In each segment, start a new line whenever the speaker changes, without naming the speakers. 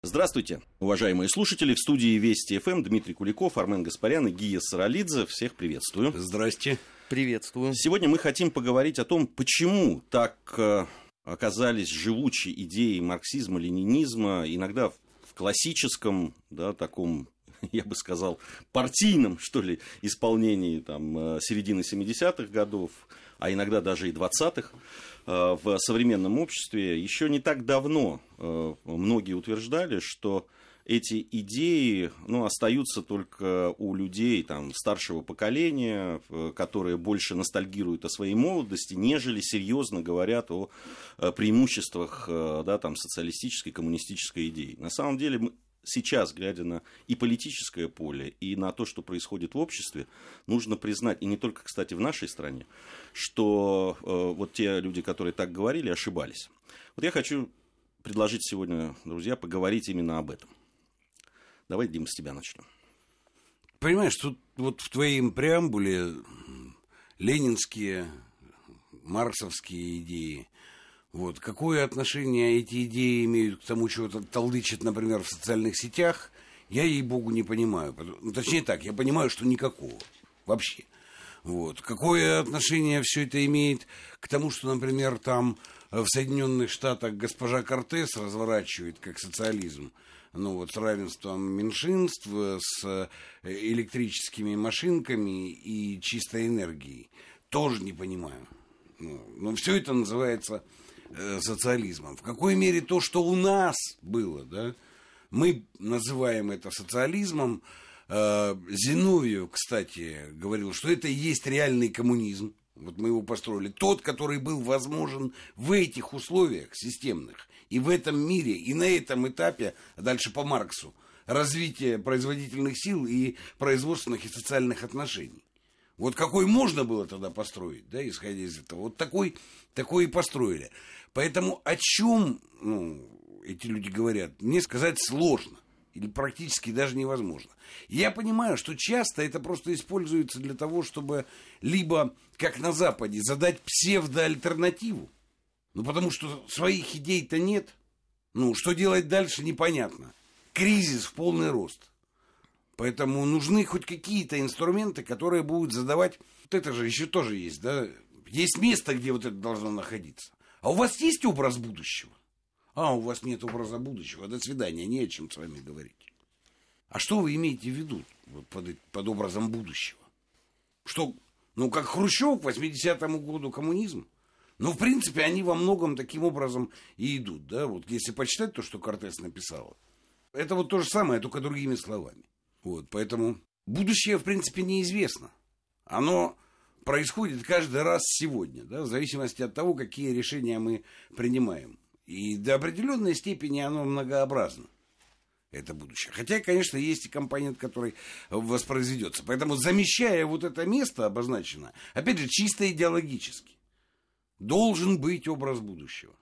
Здравствуйте, уважаемые слушатели. В студии Вести ФМ Дмитрий Куликов, Армен Гаспарян и Гия Саралидзе. Всех приветствую.
Здрасте.
Приветствую.
Сегодня мы хотим поговорить о том, почему так оказались живучи идеи марксизма, ленинизма, иногда в классическом, да, таком, я бы сказал, партийном, что ли, исполнении там, середины 70-х годов, а иногда даже и 20-х. В современном обществе еще не так давно многие утверждали, что эти идеи остаются только у людей там, старшего поколения, которые больше ностальгируют о своей молодости, нежели серьезно говорят о преимуществах социалистической, коммунистической идеи. На самом деле, сейчас, глядя на и политическое поле, и на то, что происходит в обществе, нужно признать, и не только, кстати, в нашей стране, что вот те люди, которые так говорили, ошибались. Вот я хочу предложить сегодня, друзья, поговорить именно об этом. Давай, Дима, с тебя начнем.
Понимаешь, тут вот в твоей преамбуле ленинские, марксовские идеи. Вот. Какое отношение эти идеи имеют к тому, что толдычат, например, в социальных сетях, я, ей-богу, не понимаю. Точнее так, я понимаю, что никакого вообще. Вот. Какое отношение все это имеет к тому, что, например, там в Соединенных Штатах госпожа Кортес разворачивает как социализм, с равенством меньшинств, с электрическими машинками и чистой энергией. Тоже не понимаю. Но все это называется социализмом. В какой мере то, что у нас было, да, мы называем это социализмом. Зиновьев, кстати, говорил, что это и есть реальный коммунизм. Вот мы его построили. Тот, который был возможен в этих условиях системных, и в этом мире, и на этом этапе, а дальше по Марксу, развития производительных сил и производственных и социальных отношений. Вот какой можно было тогда построить, да, исходя из этого. Вот такой и построили. Поэтому о чем эти люди говорят, мне сказать сложно. Или практически даже невозможно. Я понимаю, что часто это просто используется для того, чтобы либо, как на Западе, задать псевдоальтернативу. Потому что своих идей-то нет. Что делать дальше, непонятно. Кризис в полный рост. Поэтому нужны хоть какие-то инструменты, которые будут задавать... Вот это же еще тоже есть, да? Есть место, где вот это должно находиться. А у вас есть образ будущего? У вас нет образа будущего. До свидания, не о чем с вами говорить. А что вы имеете в виду под образом будущего? Что, как Хрущев к 80-му году коммунизм? В принципе, они во многом таким образом и идут, да? Вот если почитать то, что Кортес написала, это вот то же самое, только другими словами. Вот, поэтому будущее, в принципе, неизвестно. Оно происходит каждый раз сегодня, да, в зависимости от того, какие решения мы принимаем. И до определенной степени оно многообразно, это будущее. Хотя, конечно, есть и компонент, который воспроизведется. Поэтому, замещая вот это место обозначено, опять же, чисто идеологически, должен быть образ будущего.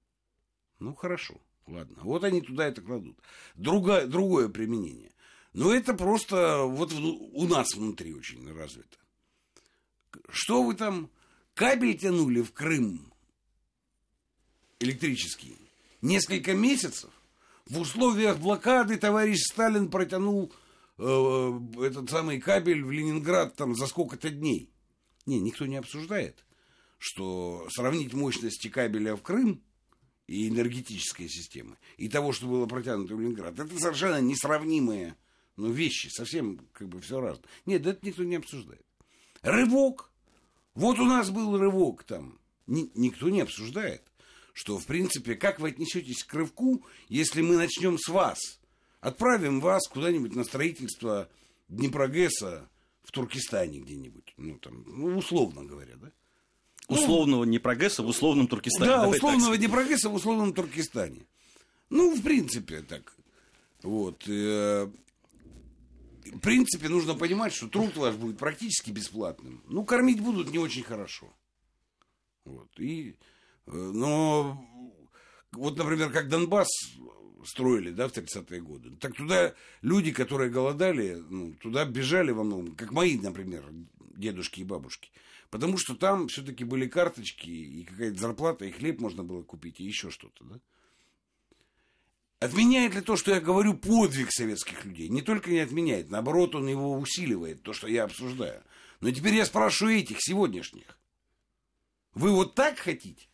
Хорошо, ладно. Вот они туда это кладут. Другое применение. Но это просто вот у нас внутри очень развито. Что вы там, кабель тянули в Крым? Электрический. Несколько месяцев в условиях блокады товарищ Сталин протянул этот самый кабель в Ленинград там за сколько-то дней. Никто не обсуждает, что сравнить мощности кабеля в Крым и энергетической системы, и того, что было протянуто в Ленинград, это совершенно несравнимые вещи, совсем все разное. Нет, это никто не обсуждает. Рывок. Вот у нас был рывок там. Никто не обсуждает. Что, в принципе, как вы отнесетесь к рывку, если мы начнем с вас? Отправим вас куда-нибудь на строительство Днепрогэса в Туркестане где-нибудь. Условно говоря, да?
Условного Днепрогэса в условном Туркестане.
Да, условного Днепрогэса в условном Туркестане. В принципе, так. Вот. В принципе, нужно понимать, что труд ваш будет практически бесплатным. Кормить будут не очень хорошо. Вот. Но вот, например, как Донбасс строили, да, в 30-е годы, так туда люди, которые голодали, туда бежали во многом, как мои, например, дедушки и бабушки. Потому что там все-таки были карточки, и какая-то зарплата, и хлеб можно было купить, и еще что-то, да. Отменяет ли то, что я говорю, подвиг советских людей? Не только не отменяет, наоборот, он его усиливает, то, что я обсуждаю. Но теперь я спрашиваю этих сегодняшних. Вы вот так хотите?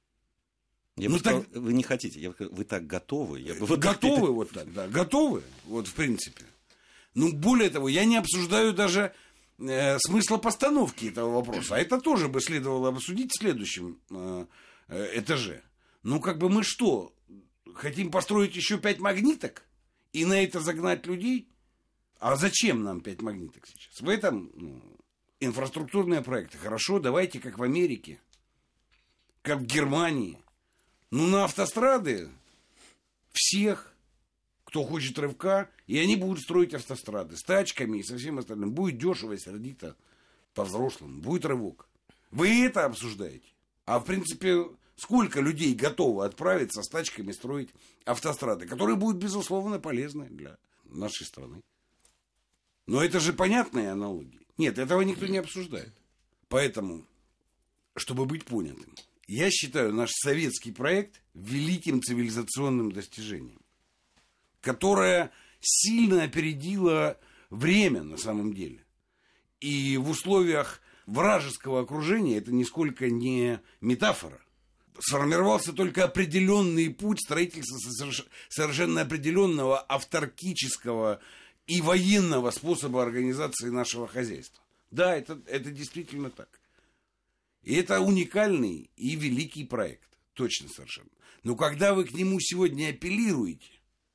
Я бы сказал, вы не хотите, вы так готовы?
Готовы вот так, да, готовы, вот в принципе. Ну, более того, я не обсуждаю даже смысла постановки этого вопроса. А это тоже бы следовало обсудить в следующем этаже. Ну, как бы мы что, хотим построить еще 5 магниток и на это загнать людей? А зачем нам 5 магниток сейчас? В этом инфраструктурные проекты. Хорошо, давайте как в Америке, как в Германии. Ну, на автострады всех, кто хочет рывка, и они будут строить автострады с тачками и со всем остальным. Будет дешево и сердито по-взрослому. Будет рывок. Вы это обсуждаете. А в принципе, сколько людей готовы отправиться с тачками строить автострады, которые будут, безусловно, полезны для нашей страны. Но это же понятные аналогии. Нет, этого никто не обсуждает. Поэтому, чтобы быть понятым, я считаю наш советский проект великим цивилизационным достижением, которое сильно опередило время на самом деле. И в условиях вражеского окружения это нисколько не метафора. Сформировался только определенный путь строительства совершенно определенного авторкического и военного способа организации нашего хозяйства. Да, это действительно так. И это уникальный и великий проект. Точно совершенно. Но когда вы к нему сегодня апеллируете,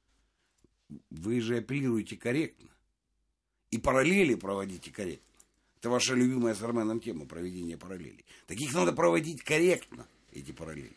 вы же апеллируете корректно. И параллели проводите корректно. Это ваша любимая с Арменом тема проведения параллелей. Таких надо проводить корректно, эти параллели.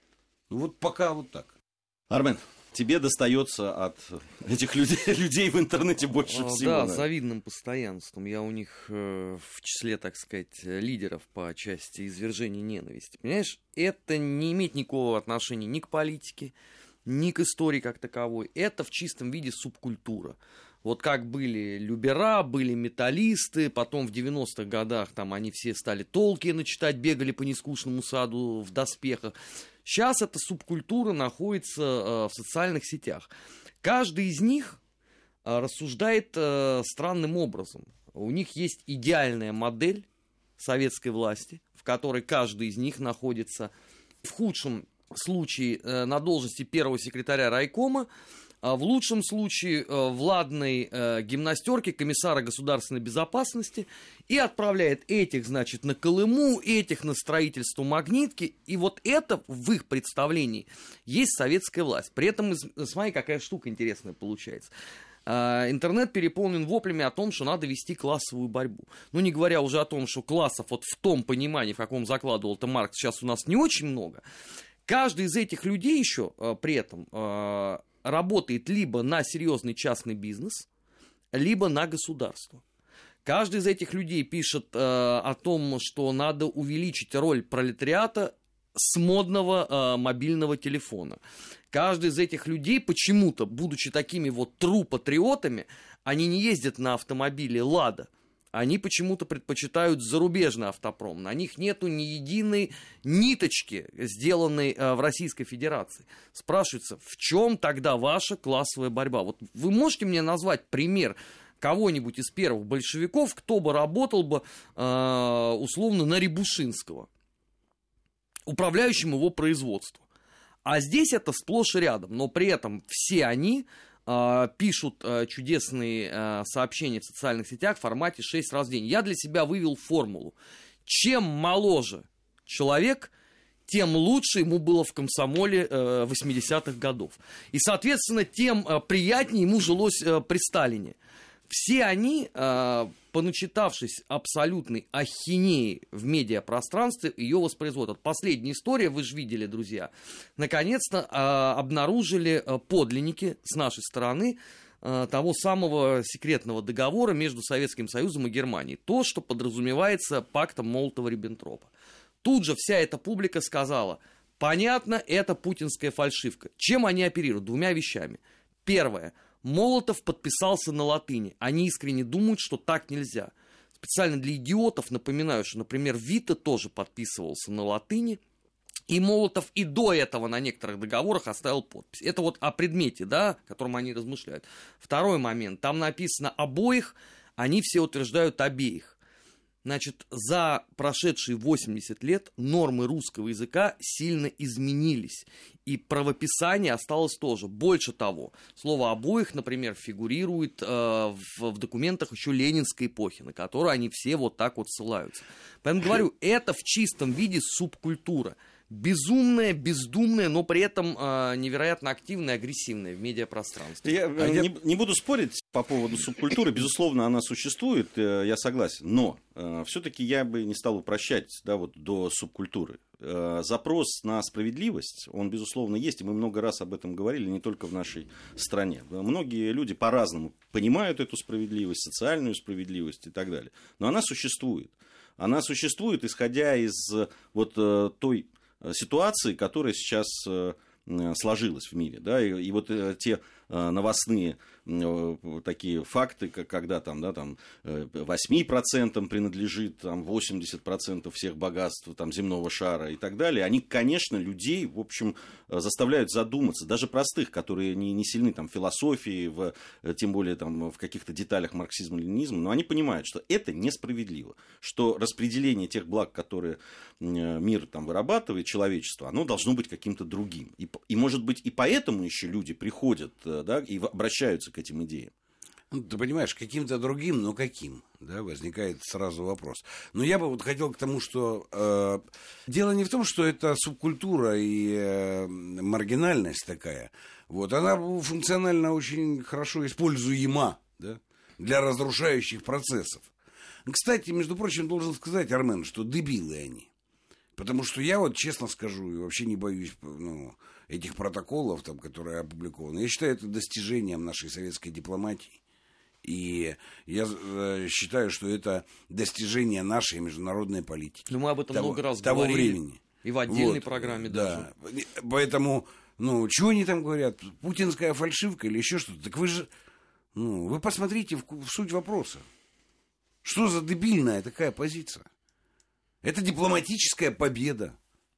Ну вот пока вот так.
Армен, тебе достается от этих людей в интернете больше всего.
Да, с завидным постоянством. Я у них в числе, так сказать, лидеров по части извержения ненависти. Понимаешь, это не имеет никакого отношения ни к политике, ни к истории как таковой. Это в чистом виде субкультура. Вот как были любера, были металлисты, потом в 90-х годах там они все стали Толкиена читать, бегали по нескучному саду в доспехах. Сейчас эта субкультура находится в социальных сетях. Каждый из них рассуждает странным образом. У них есть идеальная модель советской власти, в которой каждый из них находится в худшем случае на должности первого секретаря райкома, а в лучшем случае в ладной гимнастерке комиссара государственной безопасности и отправляет этих, значит, на Колыму, этих на строительство магнитки. И вот это в их представлении есть советская власть. При этом, смотри, какая штука интересная получается. Интернет переполнен воплями о том, что надо вести классовую борьбу. Ну, не говоря уже о том, что классов вот в том понимании, в каком закладывал-то Маркс, сейчас у нас не очень много. Каждый из этих людей еще при этом работает либо на серьезный частный бизнес, либо на государство. Каждый из этих людей пишет о том, что надо увеличить роль пролетариата с модного мобильного телефона. Каждый из этих людей почему-то, будучи такими вот тру-патриотами, они не ездят на автомобиле «Лада». Они почему-то предпочитают зарубежный автопром. На них нету ни единой ниточки, сделанной в Российской Федерации. Спрашивается, в чем тогда ваша классовая борьба? Вот вы можете мне назвать пример кого-нибудь из первых большевиков, кто бы работал бы условно на Рябушинского, управляющим его производством? А здесь это сплошь и рядом, но при этом все они пишут чудесные сообщения в социальных сетях в формате 6 раз в день. Я для себя вывел формулу. Чем моложе человек, тем лучше ему было в комсомоле 80-х годов. И, соответственно, тем приятнее ему жилось при Сталине. Все они, поначитавшись абсолютной ахинеи в медиапространстве, ее воспроизводят. Последняя история, вы же видели, друзья, наконец-то обнаружили подлинники с нашей стороны того самого секретного договора между Советским Союзом и Германией. То, что подразумевается пактом Молотова-Риббентропа. Тут же вся эта публика сказала, понятно, это путинская фальшивка. Чем они оперируют? 2 вещами. Первое. Молотов подписался на латыни. Они искренне думают, что так нельзя. Специально для идиотов напоминаю, что, например, Вита тоже подписывался на латыни. И Молотов и до этого на некоторых договорах оставил подпись. Это вот о предмете, да, о котором они размышляют. Второй момент. Там написано обоих, они все утверждают обеих. Значит, за прошедшие 80 лет нормы русского языка сильно изменились. И правописание осталось тоже. Больше того, слово «обоих», например, фигурирует в документах еще ленинской эпохи, на которую они все вот так вот ссылаются. Поэтому говорю, это в чистом виде субкультура. Безумная, бездумная, но при этом невероятно активная, агрессивная в медиапространстве.
Я не буду спорить по поводу субкультуры. Безусловно, она существует, я согласен. Но все-таки я бы не стал упрощать, да, вот, до субкультуры. Запрос на справедливость, он, безусловно, есть. И мы много раз об этом говорили, не только в нашей стране. Многие люди по-разному понимают эту справедливость, социальную справедливость и так далее. Но она существует. Она существует, исходя из вот той ситуации, которая сейчас сложилась в мире. Да? И вот те новостные такие факты, когда там, да, там 8% принадлежит там, 80% всех богатств там, земного шара и так далее, они, конечно, людей, в общем, заставляют задуматься, даже простых, которые не сильны там, в философии, тем более там, в каких-то деталях марксизма-ленинизма, но они понимают, что это несправедливо, что распределение тех благ, которые мир там, вырабатывает, человечество, оно должно быть каким-то другим. И, может быть, и поэтому еще люди приходят, да, и обращаются к этим идеям.
Ну, ты понимаешь, каким-то другим, но каким, да, возникает сразу вопрос. Но я бы вот хотел к тому, что дело не в том, что это субкультура и маргинальность такая. Вот, она функционально очень хорошо используема, да, для разрушающих процессов. Кстати, между прочим, должен сказать, Армен, что дебилы они. Потому что я вот честно скажу, и вообще не боюсь этих протоколов, там, которые опубликованы. Я считаю это достижением нашей советской дипломатии. И я считаю, что это достижение нашей международной политики.
Но мы об этом много раз
того
говорили.
Времени.
И в отдельной
вот,
программе
да.
даже.
Поэтому, чего они там говорят? Путинская фальшивка или еще что-то? Так вы же, вы посмотрите в суть вопроса. Что за дебильная такая позиция? Это дипломатическая победа.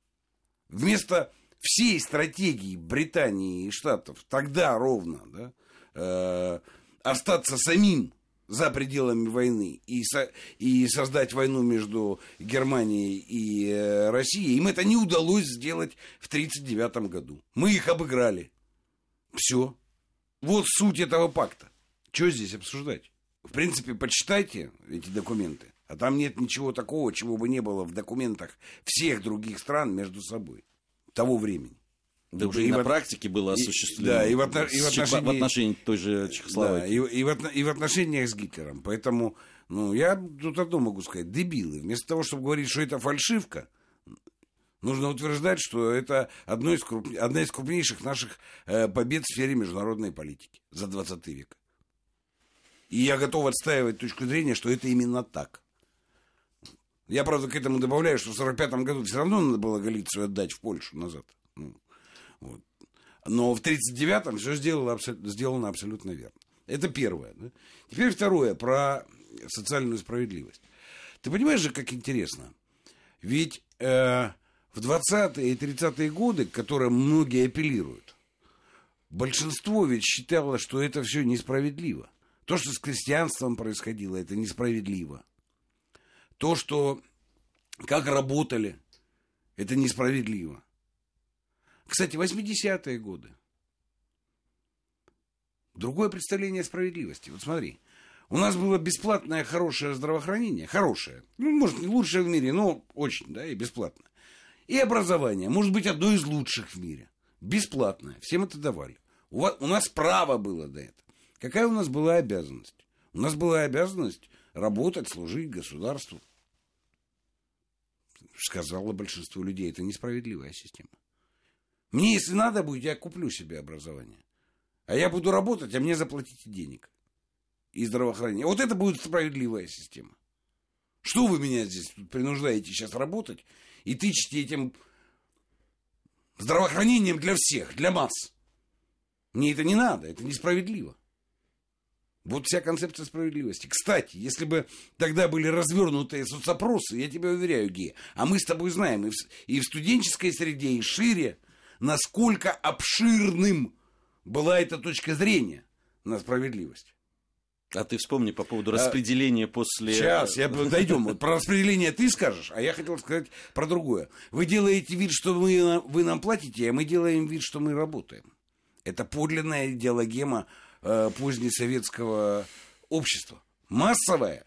Вместо всей стратегии Британии и Штатов тогда ровно, да, остаться самим за пределами войны и создать войну между Германией и Россией, им это не удалось сделать в 1939 году. Мы их обыграли. Все. Вот суть этого пакта. Что здесь обсуждать? В принципе, почитайте эти документы. А там нет ничего такого, чего бы не было в документах всех других стран между собой того времени.
Да уже и на практике было осуществлено.
Да, и в
отношении той же Чехословакии.
Да, и в отношениях с Гитлером. Поэтому, я тут одно могу сказать. Дебилы. Вместо того, чтобы говорить, что это фальшивка, нужно утверждать, что это одна из крупнейших наших побед в сфере международной политики за 20 век. И я готов отстаивать точку зрения, что это именно так. Я, правда, к этому добавляю, что в 1945 году все равно надо было Галицию отдать в Польшу назад. Вот. Но в 1939-м все сделано абсолютно верно. Это первое. Да? Теперь второе, про социальную справедливость. Ты понимаешь же, как интересно? Ведь в 20-е и 30-е годы, к которым многие апеллируют, большинство ведь считало, что это все несправедливо. То, что с крестьянством происходило, это несправедливо. То, что как работали, это несправедливо. Кстати, 80-е годы. Другое представление о справедливости. Вот смотри. У нас было бесплатное хорошее здравоохранение. Хорошее. Может, не лучшее в мире, но очень, да, и бесплатное. И образование. Может быть, одно из лучших в мире. Бесплатное. Всем это давали. У нас право было до этого. Какая у нас была обязанность? У нас была обязанность работать, служить государству. Сказало большинство людей, это несправедливая система. Мне, если надо будет, я куплю себе образование. А я буду работать, а мне заплатите денег. И здравоохранение. Вот это будет справедливая система. Что вы меня здесь тут принуждаете сейчас работать и тычете этим здравоохранением для всех, для масс? Мне это не надо, это несправедливо. Вот вся концепция справедливости. Кстати, если бы тогда были развернутые соцопросы, я тебя уверяю, Гея, а мы с тобой знаем и в студенческой среде, и шире, насколько обширным была эта точка зрения на справедливость.
А ты вспомни по поводу распределения после...
Сейчас, дойдем. Вот про распределение ты скажешь, а я хотел сказать про другое. Вы делаете вид, что вы нам платите, а мы делаем вид, что мы работаем. Это подлинная идеологема позднесоветского общества. Массовая.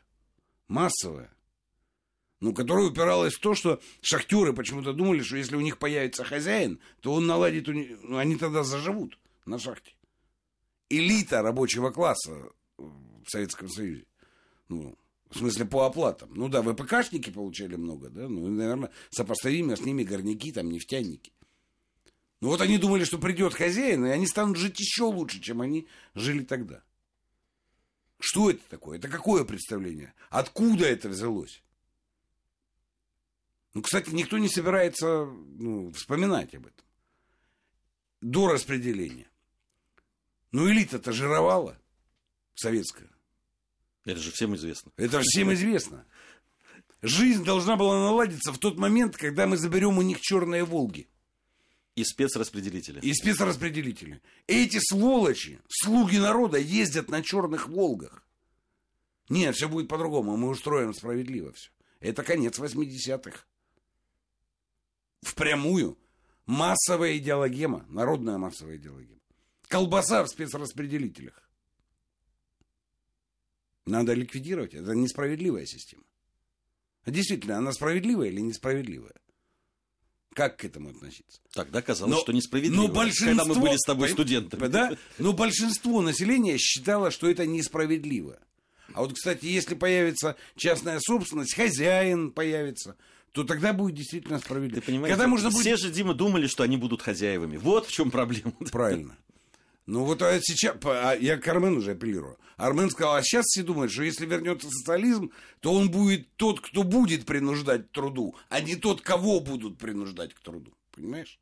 Ну, которая упиралась в то, что шахтеры почему-то думали, что если у них появится хозяин, то он наладит... они тогда заживут на шахте. Элита рабочего класса в Советском Союзе. Ну, в смысле, по оплатам. Ну да, ВПКшники получали много, да? Ну, наверное, сопоставимо с ними горняки, там, нефтяники. Ну вот они думали, что придет хозяин, и они станут жить еще лучше, чем они жили тогда. Что это такое? Это какое представление? Откуда это взялось? Ну, кстати, никто не собирается вспоминать об этом. До распределения. Ну, элита-то жировала советская.
Это же всем известно.
Это всем известно. Жизнь должна была наладиться в тот момент, когда мы заберем у них черные «Волги».
И спецраспределители.
Эти сволочи, слуги народа, ездят на черных «Волгах». Нет, все будет по-другому, мы устроим справедливо все. Это конец 80-х. Впрямую. Массовая идеологема, народная массовая идеологема. Колбаса в спецраспределителях. Надо ликвидировать. Это несправедливая система. А действительно, она справедливая или несправедливая? Как к этому относиться?
Тогда казалось, что несправедливо. Когда мы были с тобой студентами.
Да? Но большинство населения считало, что это несправедливо. А вот, кстати, если появится частная собственность, хозяин появится, то тогда будет действительно справедливо.
Ты понимаешь, все же, Дима, думали, что они будут хозяевами. Вот в чем проблема.
Правильно. Ну вот сейчас, я к Армену уже апеллирую. Армен сказал, а сейчас все думают, что если вернется социализм, то он будет тот, кто будет принуждать к труду, а не тот, кого будут принуждать к труду. Понимаешь?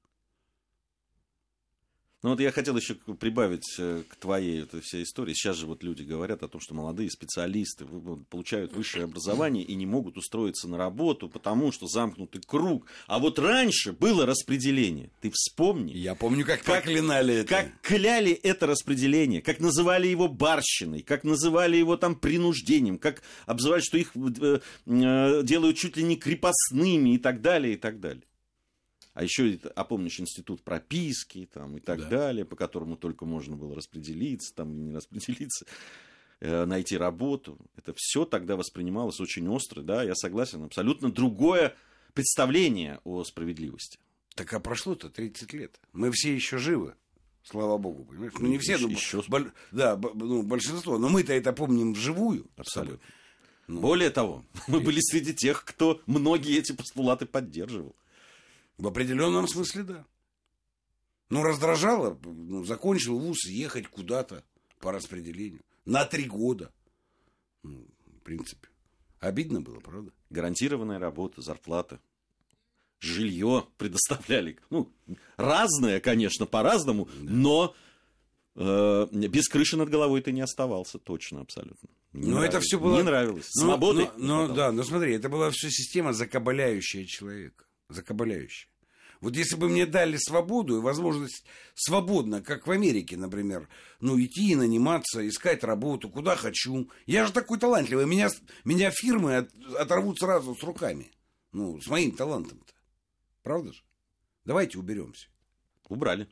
Ну вот я хотел еще прибавить к твоей этой всей истории. Сейчас же вот люди говорят о том, что молодые специалисты получают высшее образование и не могут устроиться на работу, потому что замкнутый круг. А вот раньше было распределение. Ты вспомни.
Я помню, как проклинали это.
Как кляли это распределение, как называли его барщиной, как называли его там принуждением, как обзывали, что их делают чуть ли не крепостными и так далее, и так далее. А еще, помнишь, институт прописки там, и так далее, по которому только можно было распределиться там, или не распределиться, найти работу. Это все тогда воспринималось очень остро, да, я согласен, абсолютно другое представление о справедливости.
Так а прошло-то 30 лет. Мы все еще живы, слава богу, понимаешь? Ну, не все, большинство, но мы-то это помним вживую.
Абсолютно. Более того, мы были среди тех, кто многие эти постулаты поддерживал.
В определенном смысле, да. Ну, раздражало, закончил вуз, ехать куда-то по распределению. На 3 года. В принципе. Обидно было, правда?
Гарантированная работа, зарплата. Жилье предоставляли. Ну, разное, конечно, по-разному, но без крыши над головой ты не оставался, точно, абсолютно.
Это все было...
Не нравилось. Свободы.
Но смотри, это была все система, закабаляющая человека. Закабаляющая. Вот если бы мне дали свободу и возможность свободно, как в Америке, например, идти, наниматься, искать работу, куда хочу. Я же такой талантливый. Меня фирмы оторвут сразу с руками. С моим талантом-то. Правда же? Давайте уберемся.
Убрали.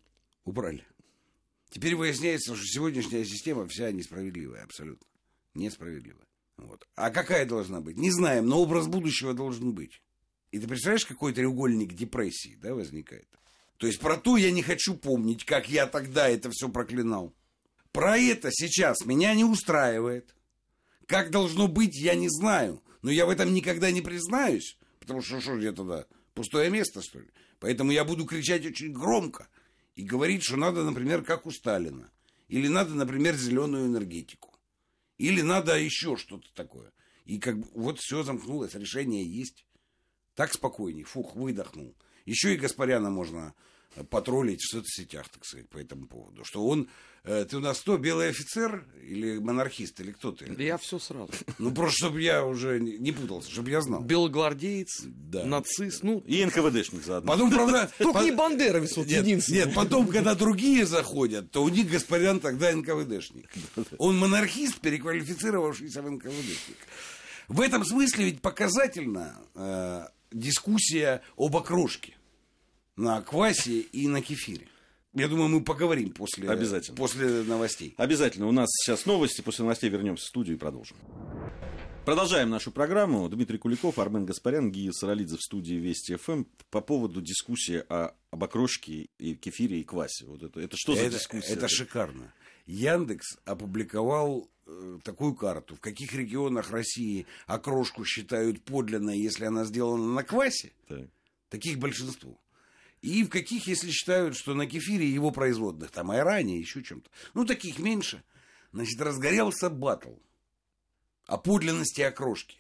Теперь выясняется, что сегодняшняя система вся несправедливая, абсолютно. Несправедливая. Вот. А какая должна быть? Не знаем, но образ будущего должен быть. И ты представляешь, какой треугольник депрессии, да, возникает? То есть про то я не хочу помнить, как я тогда это все проклинал. Про это сейчас меня не устраивает. Как должно быть, я не знаю. Но я в этом никогда не признаюсь. Потому что я тогда? Пустое место, что ли? Поэтому я буду кричать очень громко. И говорить, что надо, например, как у Сталина. Или надо, например, зеленую энергетику. Или надо еще что-то такое. И вот все замкнулось, решение есть. Так спокойней. Выдохнул. Еще и Гаспаряна можно потроллить в соцсетях, так сказать, по этому поводу. Что он... Ты у нас кто, белый офицер или монархист, или кто ты?
Да я все сразу.
Ну, просто, чтобы я уже не путался, чтобы я знал.
Белогвардеец,
Да.
нацист, ну...
И НКВДшник заодно.
Потом, правда...
Только не бандеровец, вот единственный.
Нет, потом, когда другие заходят, то у них господин тогда НКВДшник. Он монархист, переквалифицировавшийся в НКВДшник. В этом смысле ведь показательна дискуссия об окрошке на квасе и на кефире. Я думаю, мы поговорим после новостей.
Обязательно. У нас сейчас новости. После новостей вернемся в студию и продолжим. Продолжаем нашу программу. Дмитрий Куликов, Армен Гаспарян, Гия Саралидзе в студии Вести ФМ по поводу дискуссии об окрошке, и кефире и квасе. Вот это что за дискуссия?
Это шикарно. Яндекс опубликовал такую карту, в каких регионах России окрошку считают подлинной, если она сделана на квасе.
Так.
Таких большинство. И в каких, если считают, что на кефире его производных, там айране, еще чем-то. Ну, таких меньше. Значит, разгорелся баттл о подлинности окрошки.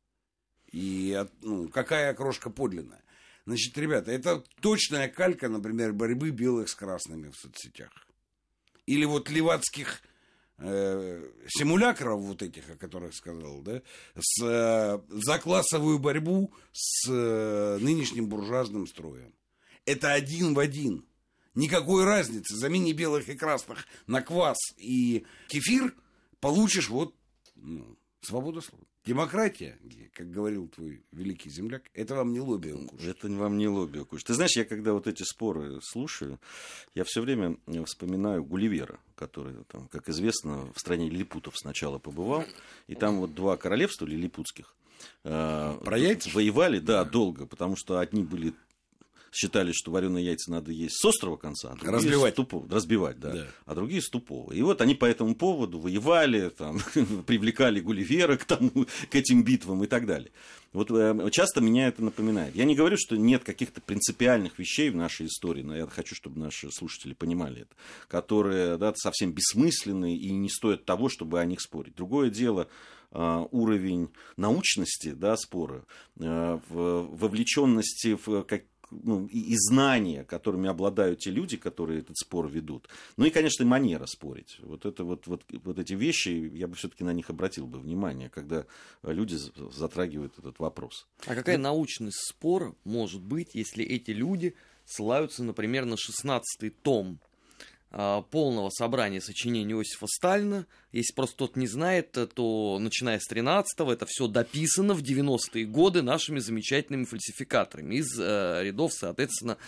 И какая окрошка подлинная. Значит, ребята, это точная калька, например, борьбы белых с красными в соцсетях. Или вот левацких симулякров вот этих, о которых сказал, да, за классовую борьбу с нынешним буржуазным строем. Это один в один. Никакой разницы. Замени белых и красных на квас и кефир, получишь свободу слова. Демократия, как говорил твой великий земляк, это вам не лобби укушать.
Это вам не лобби укушать. Ты знаешь, я когда вот эти споры слушаю, я все время вспоминаю Гулливера, который, там, как известно, в стране лилипутов сначала побывал, и там вот два королевства лилипутских воевали, да, долго, потому что одни считали, что вареные яйца надо есть с острого конца, а разбивать, да. А другие с тупого. И вот они по этому поводу воевали, там, привлекали Гулливера к этим битвам и так далее. Вот часто меня это напоминает. Я не говорю, что нет каких-то принципиальных вещей в нашей истории, но я хочу, чтобы наши слушатели понимали это, которые, да, совсем бессмысленные и не стоят того, чтобы о них спорить. Другое дело уровень научности, да, спора, вовлеченности в и знания, которыми обладают те люди, которые этот спор ведут. Ну и, конечно, манера спорить. Вот эти вещи, я бы все-таки на них обратил бы внимание, когда люди затрагивают этот вопрос.
А какая научность спора может быть, если эти люди ссылаются, например, на 16-й том полного собрания сочинений Иосифа Сталина? Если просто кто-то не знает, то начиная с 13-го это все дописано в 90-е годы нашими замечательными фальсификаторами из рядов, соответственно,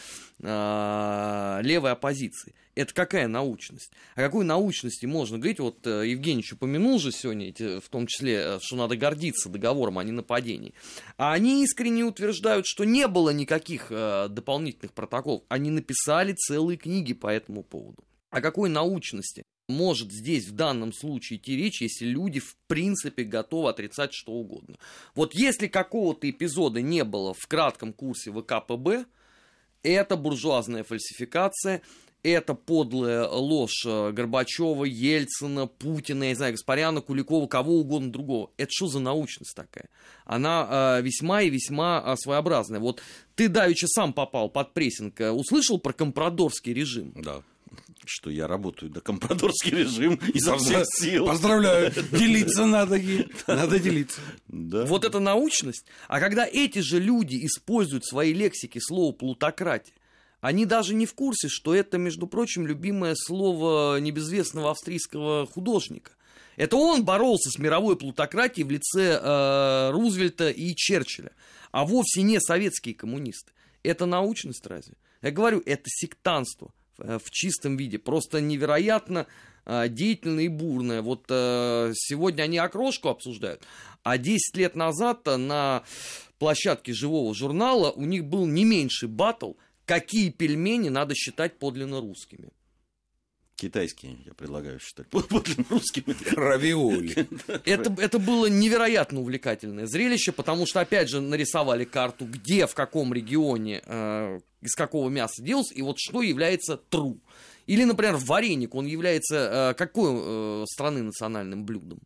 левой оппозиции. Это какая научность? О какой научности можно говорить? Вот Евгеньевич упомянул же сегодня, в том числе, что надо гордиться договором о ненападении. А они искренне утверждают, что не было никаких дополнительных протоколов. Они написали целые книги по этому поводу. О какой научности может здесь в данном случае идти речь, если люди в принципе готовы отрицать что угодно? Вот если какого-то эпизода не было в кратком курсе ВКПБ, это буржуазная фальсификация, это подлая ложь Горбачева, Ельцина, Путина, я не знаю, Гаспаряна, Куликова, кого угодно другого. Это что за научность такая? Она весьма и весьма своеобразная. Вот ты давеча сам попал под прессинг, услышал про компрадорский режим?
Да. Что я работаю, да, компрадорский режим изо всех сил.
Поздравляю. Делиться надо, надо делиться.
Да.
Вот это научность. А когда эти же люди используют в своей лексике слово «плутократия», они даже не в курсе, что это, между прочим, любимое слово небезвестного австрийского художника. Это он боролся с мировой плутократией в лице Рузвельта и Черчилля, а вовсе не советские коммунисты. Это научность разве? Я говорю, это сектантство в чистом виде, просто невероятно деятельное и бурное. Вот сегодня они окрошку обсуждают, а 10 лет назад на площадке живого журнала у них был не меньший баттл, какие пельмени надо считать подлинно русскими.
Китайские, я предлагаю считать подлинно русскими.
Равиоли.
Это было невероятно увлекательное зрелище, потому что, опять же, нарисовали карту, где, в каком регионе, из какого мяса делался, и вот что является true. Или, например, вареник, он является какой страны национальным блюдом?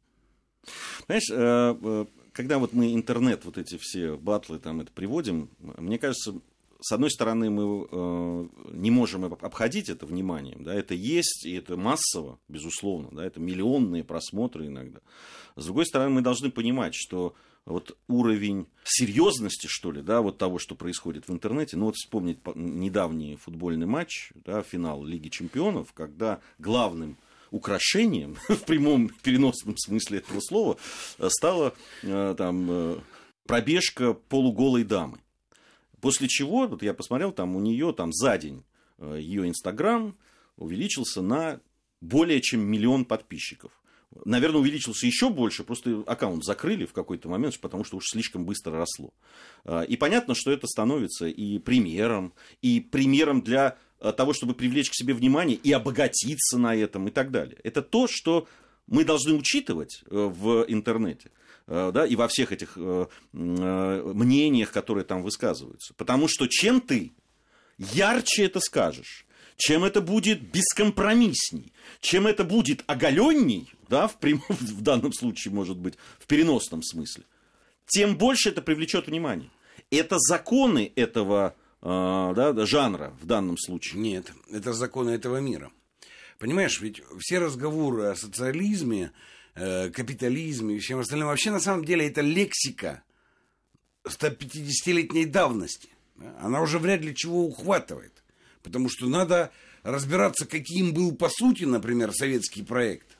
Понимаешь, когда вот мы интернет, вот эти все батлы там это приводим, мне кажется, с одной стороны, мы не можем обходить это вниманием, да, это есть, и это массово, безусловно, да, это миллионные просмотры иногда. С другой стороны, мы должны понимать, что вот уровень серьезности, что ли, да, вот того, что происходит в интернете, ну вот вспомнить недавний футбольный матч, да, финал Лиги Чемпионов, когда главным украшением, в прямом переносном смысле этого слова, стала пробежка полуголой дамы. После чего, вот я посмотрел, там у нее там за день ее Инстаграм увеличился на более чем 1 миллион подписчиков. Наверное, увеличился еще больше, просто аккаунт закрыли в какой-то момент, потому что уж слишком быстро росло. И понятно, что это становится и примером для того, чтобы привлечь к себе внимание и обогатиться на этом и так далее. Это то, что мы должны учитывать в интернете, да, и во всех этих мнениях, которые там высказываются. Потому что чем ты ярче это скажешь, чем это будет бескомпромиссней, чем это будет оголенней, да, в данном случае, может быть, в переносном смысле, тем больше это привлечет внимание. Это законы этого жанра в данном случае.
Нет, это законы этого мира. Понимаешь, ведь все разговоры о социализме, капитализме и всем остальном, вообще на самом деле это лексика 150-летней давности. Она уже вряд ли чего ухватывает. Потому что надо разбираться, каким был по сути, например, советский проект.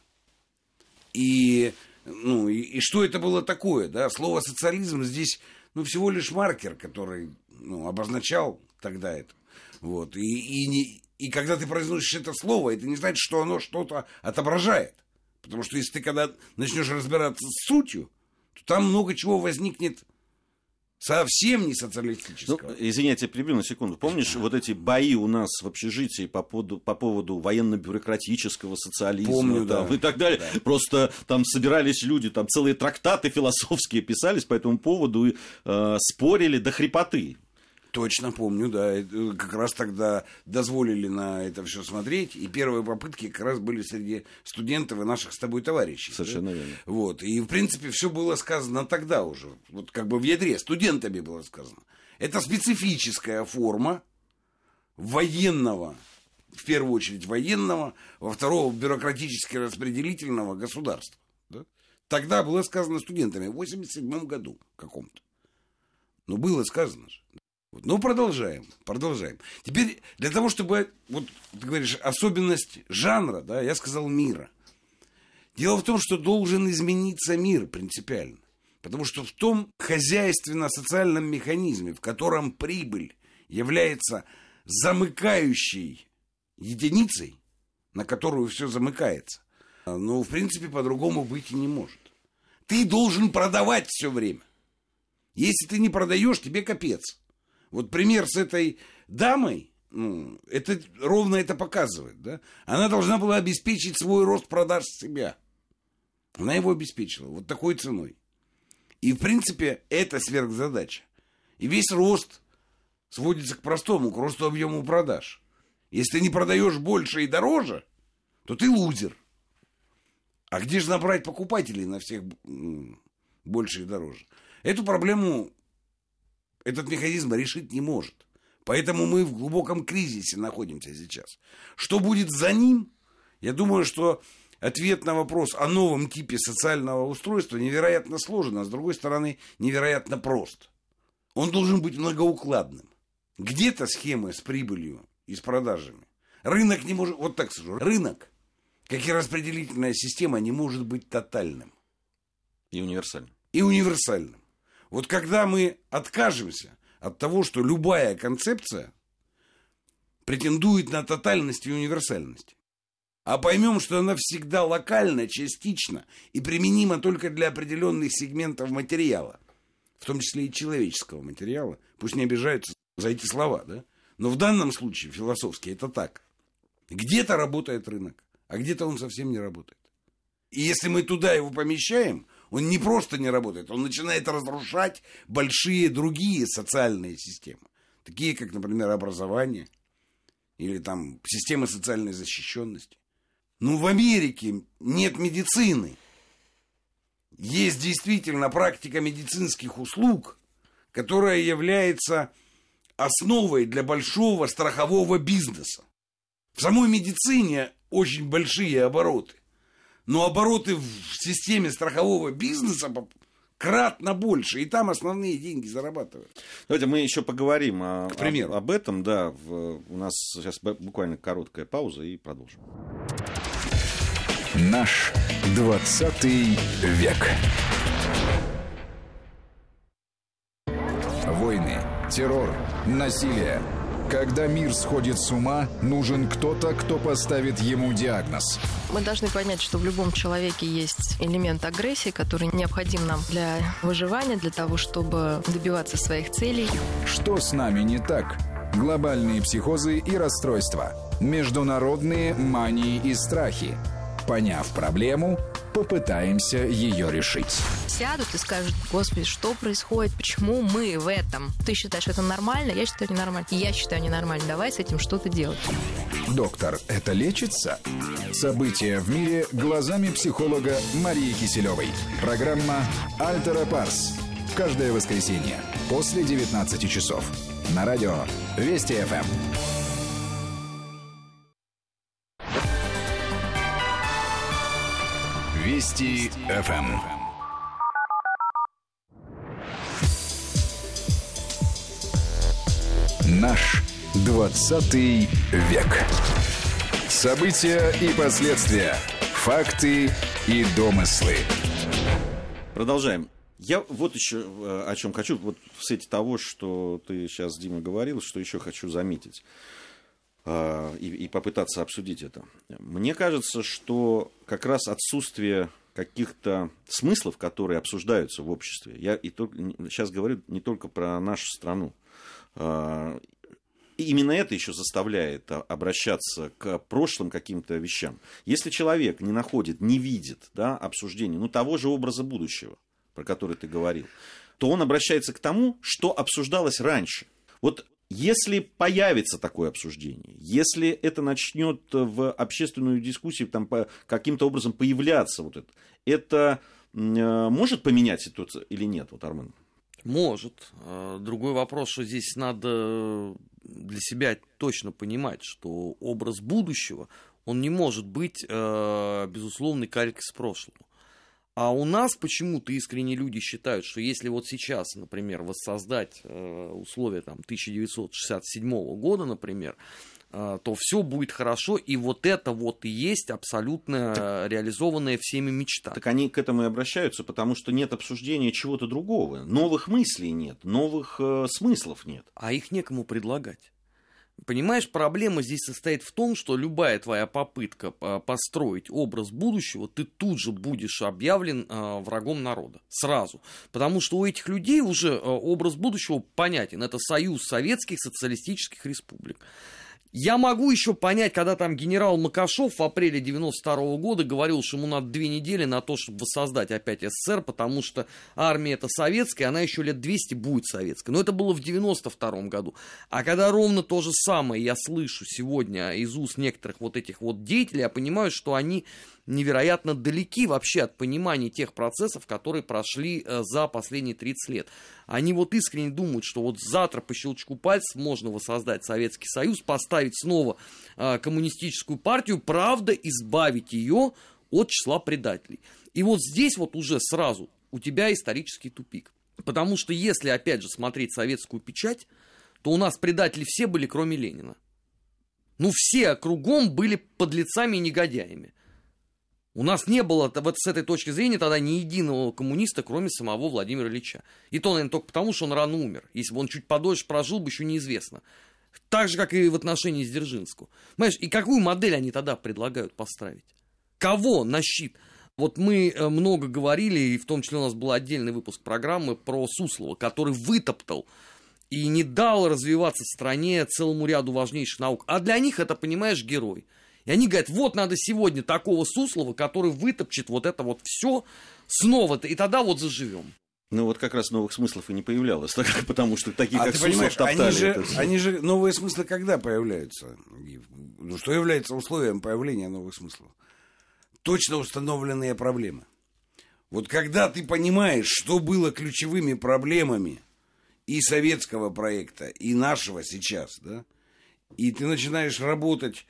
И что это было такое. Да? Слово «социализм» здесь всего лишь маркер, который обозначал тогда это. Вот. И когда ты произносишь это слово, это не значит, что оно что-то отображает. Потому что если ты когда начнешь разбираться с сутью, то там много чего возникнет совсем не социалистического.
Извините, перебью на секунду. Помнишь вот эти бои у нас в общежитии по поводу военно-бюрократического социализма?
Помню,
там,
да.
И так далее. Да. Просто там собирались люди, там целые трактаты философские писались по этому поводу и спорили до хрипоты.
Точно помню, да. Как раз тогда дозволили на это все смотреть. И первые попытки как раз были среди студентов и наших с тобой товарищей.
Совершенно верно.
Вот. И, в принципе, все было сказано тогда уже. Вот как бы в ядре студентами было сказано. Это специфическая форма военного, в первую очередь военного, во второго бюрократически-распределительного государства. Да? Тогда было сказано студентами в 87 году каком-то. Но было сказано же. Ну, продолжаем. Теперь для того, чтобы, вот ты говоришь, особенность жанра, да, я сказал мира. Дело в том, что должен измениться мир принципиально. Потому что в том хозяйственно-социальном механизме, в котором прибыль является замыкающей единицей, на которую все замыкается, в принципе, по-другому быть и не может. Ты должен продавать все время. Если ты не продаешь, тебе капец. Вот пример с этой дамой, это ровно это показывает. Да? Она должна была обеспечить свой рост продаж себя. Она его обеспечила вот такой ценой. И, в принципе, это сверхзадача. И весь рост сводится к простому, к росту объема продаж. Если ты не продаешь больше и дороже, то ты лузер. А где же набрать покупателей на всех больше и дороже? Эту проблему этот механизм решить не может. Поэтому мы в глубоком кризисе находимся сейчас. Что будет за ним? Я думаю, что ответ на вопрос о новом типе социального устройства невероятно сложен, а с другой стороны невероятно прост. Он должен быть многоукладным. Где-то схемы с прибылью и с продажами. Рынок не может, вот так скажу, рынок, как и распределительная система, не может быть тотальным.
И универсальным.
Вот когда мы откажемся от того, что любая концепция претендует на тотальность и универсальность, а поймем, что она всегда локальна, частична и применима только для определенных сегментов материала, в том числе и человеческого материала, пусть не обижаются за эти слова, да? Но в данном случае философски это так. Где-то работает рынок, а где-то он совсем не работает. И если мы туда его помещаем, он не просто не работает, он начинает разрушать большие другие социальные системы. Такие, как, например, образование или там системы социальной защищенности. В Америке нет медицины. Есть действительно практика медицинских услуг, которая является основой для большого страхового бизнеса. В самой медицине очень большие обороты. Но обороты в системе страхового бизнеса кратно больше. И там основные деньги зарабатывают.
Давайте мы еще поговорим
об
этом. Да, у нас сейчас буквально короткая пауза и продолжим.
Наш 20 век. Войны, террор, насилие. Когда мир сходит с ума, нужен кто-то, кто поставит ему диагноз.
Мы должны понять, что в любом человеке есть элемент агрессии, который необходим нам для выживания, для того, чтобы добиваться своих целей.
Что с нами не так? Глобальные психозы и расстройства. Международные мании и страхи. Поняв проблему, попытаемся ее решить.
Сядут и скажут: Господи, что происходит? Почему мы в этом? Ты считаешь, это нормально? Я считаю, ненормально. Я считаю, ненормально. Давай с этим что-то делать.
Доктор, это лечится? События в мире глазами психолога Марии Киселевой. Программа «Альтера Парс». Каждое воскресенье после 19 часов. На радио Вести ФМ. Вести ФМ. Наш 20 век. События и последствия. Факты и домыслы.
Продолжаем. Я вот еще о чем хочу, вот в свете того, что ты сейчас, Дима, говорил, что еще хочу заметить и попытаться обсудить это. Мне кажется, что как раз отсутствие каких-то смыслов, которые обсуждаются в обществе, я сейчас говорю не только про нашу страну, и именно это еще заставляет обращаться к прошлым каким-то вещам. Если человек не находит, не видит, да, обсуждения, того же образа будущего, про который ты говорил, то он обращается к тому, что обсуждалось раньше. Вот если появится такое обсуждение, если это начнет в общественную дискуссию каким-то образом появляться, это может поменять ситуацию или нет, Армен?
Может. Другой вопрос, что здесь надо для себя точно понимать, что образ будущего, он не может быть безусловной карикой с прошлого. А у нас почему-то искренне люди считают, что если вот сейчас, например, воссоздать условия 1967 года, например, то все будет хорошо, и вот это вот и есть абсолютно реализованная всеми мечта.
Так они к этому и обращаются, потому что нет обсуждения чего-то другого. Новых мыслей нет, новых смыслов нет.
А их некому предлагать. Понимаешь, проблема здесь состоит в том, что любая твоя попытка построить образ будущего, ты тут же будешь объявлен врагом народа. Сразу. Потому что у этих людей уже образ будущего понятен. Это Союз Советских Социалистических Республик. Я могу еще понять, когда там генерал Макашов в апреле 92 года говорил, что ему надо 2 недели на то, чтобы воссоздать опять СССР, потому что армия это советская, она еще лет 200 будет советской. Но это было в 92 году. А когда ровно то же самое я слышу сегодня из уст некоторых вот этих вот деятелей, я понимаю, что они невероятно далеки вообще от понимания тех процессов, которые прошли за последние 30 лет. Они вот искренне думают, что вот завтра по щелчку пальцев можно воссоздать Советский Союз, поставить снова коммунистическую партию, правда, избавить ее от числа предателей. И вот здесь вот уже сразу у тебя исторический тупик. Потому что если, опять же, смотреть советскую печать, то у нас предатели все были, кроме Ленина. Все кругом были подлецами и негодяями. У нас не было вот с этой точки зрения тогда ни единого коммуниста, кроме самого Владимира Ильича. И то, наверное, только потому, что он рано умер. Если бы он чуть подольше прожил, бы еще неизвестно. Так же, как и в отношении с Дзержинского. Понимаешь, и какую модель они тогда предлагают поставить? Кого на щит? Вот мы много говорили, и в том числе у нас был отдельный выпуск программы про Суслова, который вытоптал и не дал развиваться стране целому ряду важнейших наук. А для них это, понимаешь, герой. И они говорят, вот надо сегодня такого Суслова, который вытопчет вот это вот все снова-то, и тогда вот заживем.
Вот как раз новых смыслов и не появлялось, потому что такие, как Суслов, топтали.
Они же новые смыслы когда появляются? Что является условием появления новых смыслов? Точно установленные проблемы. Вот когда ты понимаешь, что было ключевыми проблемами и советского проекта, и нашего сейчас, да, и ты начинаешь работать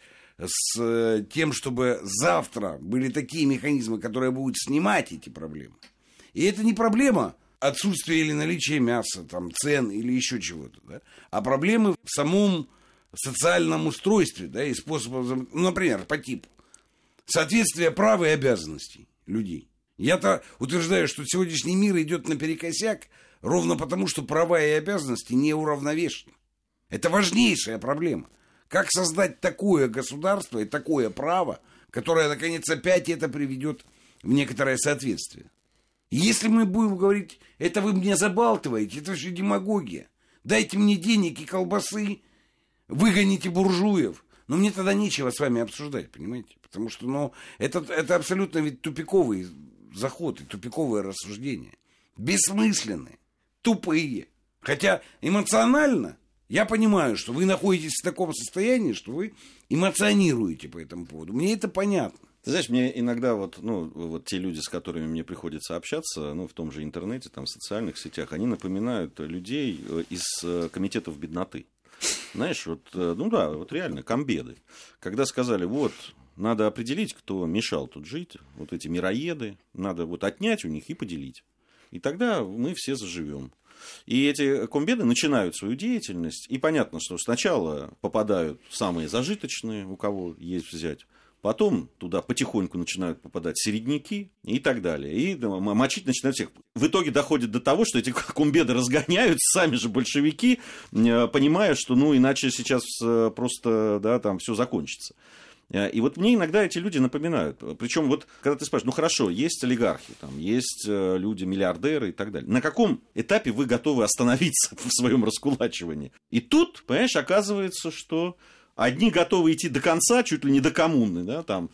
с тем, чтобы завтра были такие механизмы, которые будут снимать эти проблемы. И это не проблема отсутствия или наличия мяса, там, цен или еще чего-то, да, а проблемы в самом социальном устройстве, да, и способом, ну, например, по типу соответствия прав и обязанностей людей. Я-то утверждаю, что сегодняшний мир идет наперекосяк ровно потому, что права и обязанности не уравновешены. Это важнейшая проблема. Как создать такое государство и такое право, которое, наконец, опять это приведет в некоторое соответствие. И если мы будем говорить, это вы мне забалтываете, это же демагогия. Дайте мне денег и колбасы, выгоните буржуев. Но мне тогда нечего с вами обсуждать, понимаете? Потому что, ну, это абсолютно ведь тупиковый заход и тупиковое рассуждение. Бессмысленные, тупые. Хотя эмоционально я понимаю, что вы находитесь в таком состоянии, что вы эмоционируете по этому поводу. Мне это понятно.
Ты знаешь, мне иногда вот те люди, с которыми мне приходится общаться, в том же интернете, там, в социальных сетях, они напоминают людей из комитетов бедноты. Знаешь, вот реально, комбеды. Когда сказали, вот, надо определить, кто мешал тут жить, вот эти мироеды, надо вот отнять у них и поделить. И тогда мы все заживем. И эти комбеды начинают свою деятельность, и понятно, что сначала попадают самые зажиточные, у кого есть взять, потом туда потихоньку начинают попадать середняки и так далее. И мочить начинают всех. В итоге доходит до того, что эти комбеды разгоняются, сами же большевики, понимая, что иначе сейчас просто там все закончится. И вот мне иногда эти люди напоминают. Причем вот, когда ты спрашиваешь, хорошо, есть олигархи, там, есть люди, миллиардеры и так далее. На каком этапе вы готовы остановиться в своем раскулачивании? И тут, понимаешь, оказывается, что одни готовы идти до конца, чуть ли не до коммуны, да, там,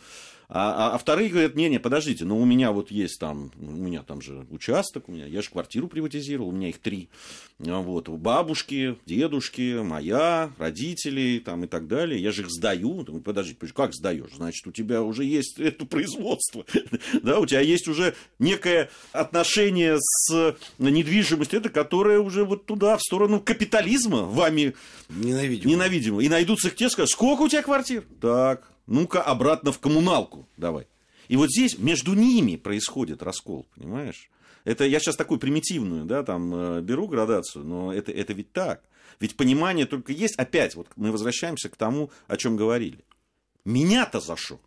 а вторые говорят, не, подождите, у меня вот есть там, у меня там же участок, я же квартиру приватизировал, у меня их 3, вот, бабушки, дедушки, моя, родители, там, и так далее, я же их сдаю, подождите, как сдаешь, значит, у тебя уже есть это производство, да, у тебя есть уже некое отношение с недвижимостью, которое уже вот туда, в сторону капитализма, вами ненавидимо. И найдутся те, скажут, сколько у тебя квартир? Так. Ну-ка, обратно в коммуналку давай. И вот здесь между ними происходит раскол, понимаешь? Это я сейчас такую примитивную, беру градацию, но это ведь так. Ведь понимание только есть. Опять, вот мы возвращаемся к тому, о чем говорили. Меня-то за что?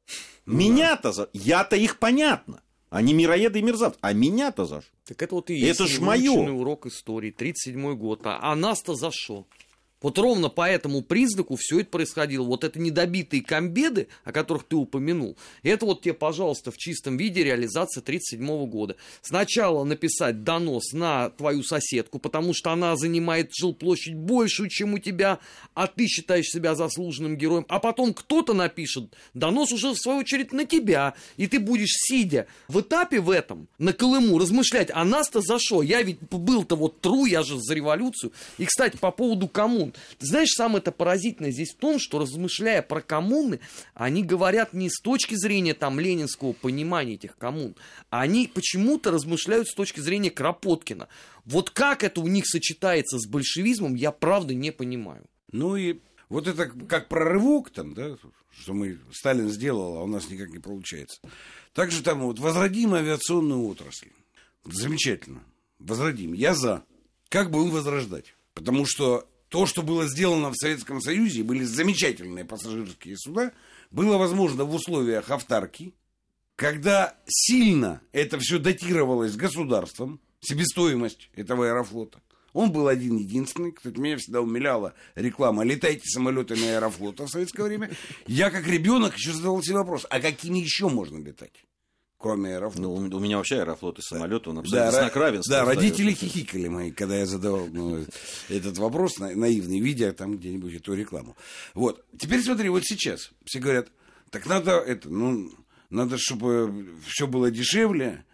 Я-то их понятно. Они мироеды и мерзавцы. А меня-то за что?
Так это вот и есть
это ж моё.
Урок истории, 37-й год. А нас-то за что? Вот ровно по этому признаку все это происходило. Вот это недобитые комбеды, о которых ты упомянул, это вот тебе, пожалуйста, в чистом виде реализация 1937 года. Сначала написать донос на твою соседку, потому что она занимает жилплощадь большую, чем у тебя, а ты считаешь себя заслуженным героем. А потом кто-то напишет донос уже, в свою очередь, на тебя. И ты будешь, сидя в этапе в этом, на Колыму, размышлять, а нас-то за что? Я ведь был-то вот тру, я же за революцию. И, кстати, по поводу коммун. Ты знаешь, самое это поразительное здесь в том, что, размышляя про коммуны, они говорят не с точки зрения там ленинского понимания этих коммун, а они почему-то размышляют с точки зрения Кропоткина. Вот как это у них сочетается с большевизмом, я правда не понимаю.
Ну и вот это как прорывок там, да, что Сталин сделал, а у нас никак не получается. Также там вот возродим авиационную отрасль. Замечательно. Возродим. Я за. Как будем возрождать? Потому что то, что было сделано в Советском Союзе, были замечательные пассажирские суда, было возможно в условиях автарки, когда сильно это все датировалось государством, себестоимость этого Аэрофлота. Он был один-единственный. Кстати, меня всегда умиляла реклама «Летайте самолетами Аэрофлота» в советское время. Я, как ребенок, еще задавал себе вопрос, а какими еще можно летать? Кроме Аэрофлота.
У меня вообще Аэрофлот и самолет, он абсолютно знак равенства.
Да, родители хихикали мои, когда я задавал этот вопрос, наивный, видя там где-нибудь эту рекламу. Вот. Теперь смотри, вот сейчас все говорят, так надо надо, чтобы все было дешевле,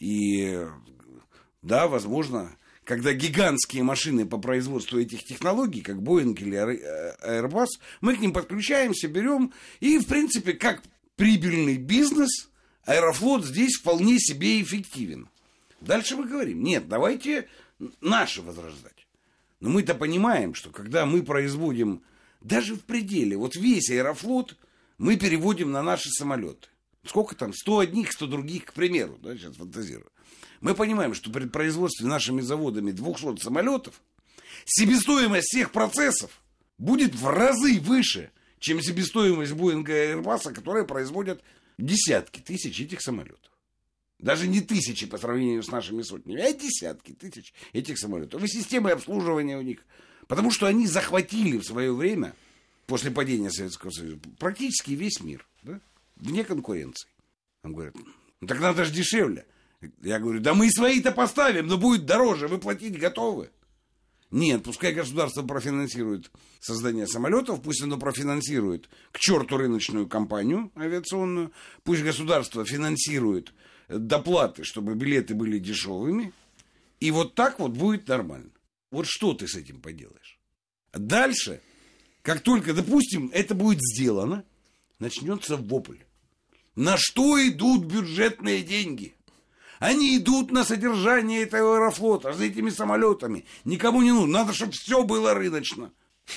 и да, возможно, когда гигантские машины по производству этих технологий, как Boeing или Airbus, мы к ним подключаемся, берем, и, в принципе, как прибыльный бизнес, Аэрофлот здесь вполне себе эффективен. Дальше мы говорим, нет, давайте наши возрождать. Но мы-то понимаем, что когда мы производим даже в пределе, вот весь Аэрофлот мы переводим на наши самолеты. Сколько там? 100 одних, 100 других, к примеру. Да, сейчас фантазирую. Мы понимаем, что при производстве нашими заводами 200 самолетов себестоимость всех процессов будет в разы выше, чем себестоимость Боинга и Airbus, которые производят десятки тысяч этих самолетов. Даже не тысячи по сравнению с нашими сотнями, а десятки тысяч этих самолетов. И системы обслуживания у них. Потому что они захватили в свое время, после падения Советского Союза, практически весь мир. Да? Вне конкуренции. Нам говорят, ну так надо же дешевле. Я говорю, да мы и свои-то поставим, но будет дороже, вы платить готовы? Нет, пускай государство профинансирует создание самолетов, пусть оно профинансирует к черту рыночную компанию авиационную, пусть государство финансирует доплаты, чтобы билеты были дешевыми, и вот так вот будет нормально. Вот что ты с этим поделаешь? Дальше, как только, допустим, это будет сделано, начнется вопль. На что идут бюджетные деньги? Они идут на содержание этого Аэрофлота, за этими самолетами. Никому не нужно. Надо, чтобы все было рыночно.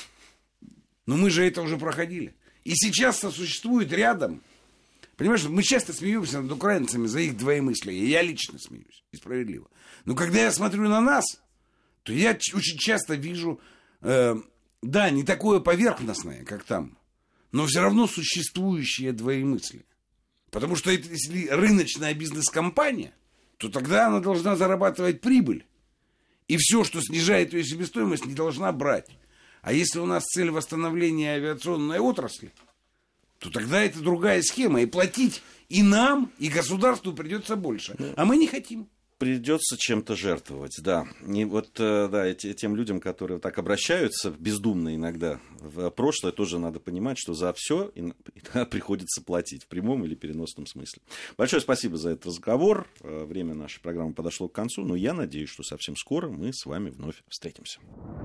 Но мы же это уже проходили. И сейчас существует рядом. Понимаешь, мы часто смеемся над украинцами за их двоемыслие. Я лично смеюсь. И справедливо. Но когда я смотрю на нас, то я очень часто вижу, да, не такое поверхностное, как там, но все равно существующее двоемыслие. Потому что если рыночная бизнес-компания, то тогда она должна зарабатывать прибыль. И все, что снижает ее себестоимость, не должна брать. А если у нас цель восстановления авиационной отрасли, то тогда это другая схема. И платить и нам, и государству придется больше. А мы не хотим.
Придется чем-то жертвовать, да. И вот, да, тем людям, которые так обращаются бездумно иногда в прошлое, тоже надо понимать, что за все приходится платить в прямом или переносном смысле. Большое спасибо за этот разговор. Время нашей программы подошло к концу, но я надеюсь, что совсем скоро мы с вами вновь встретимся.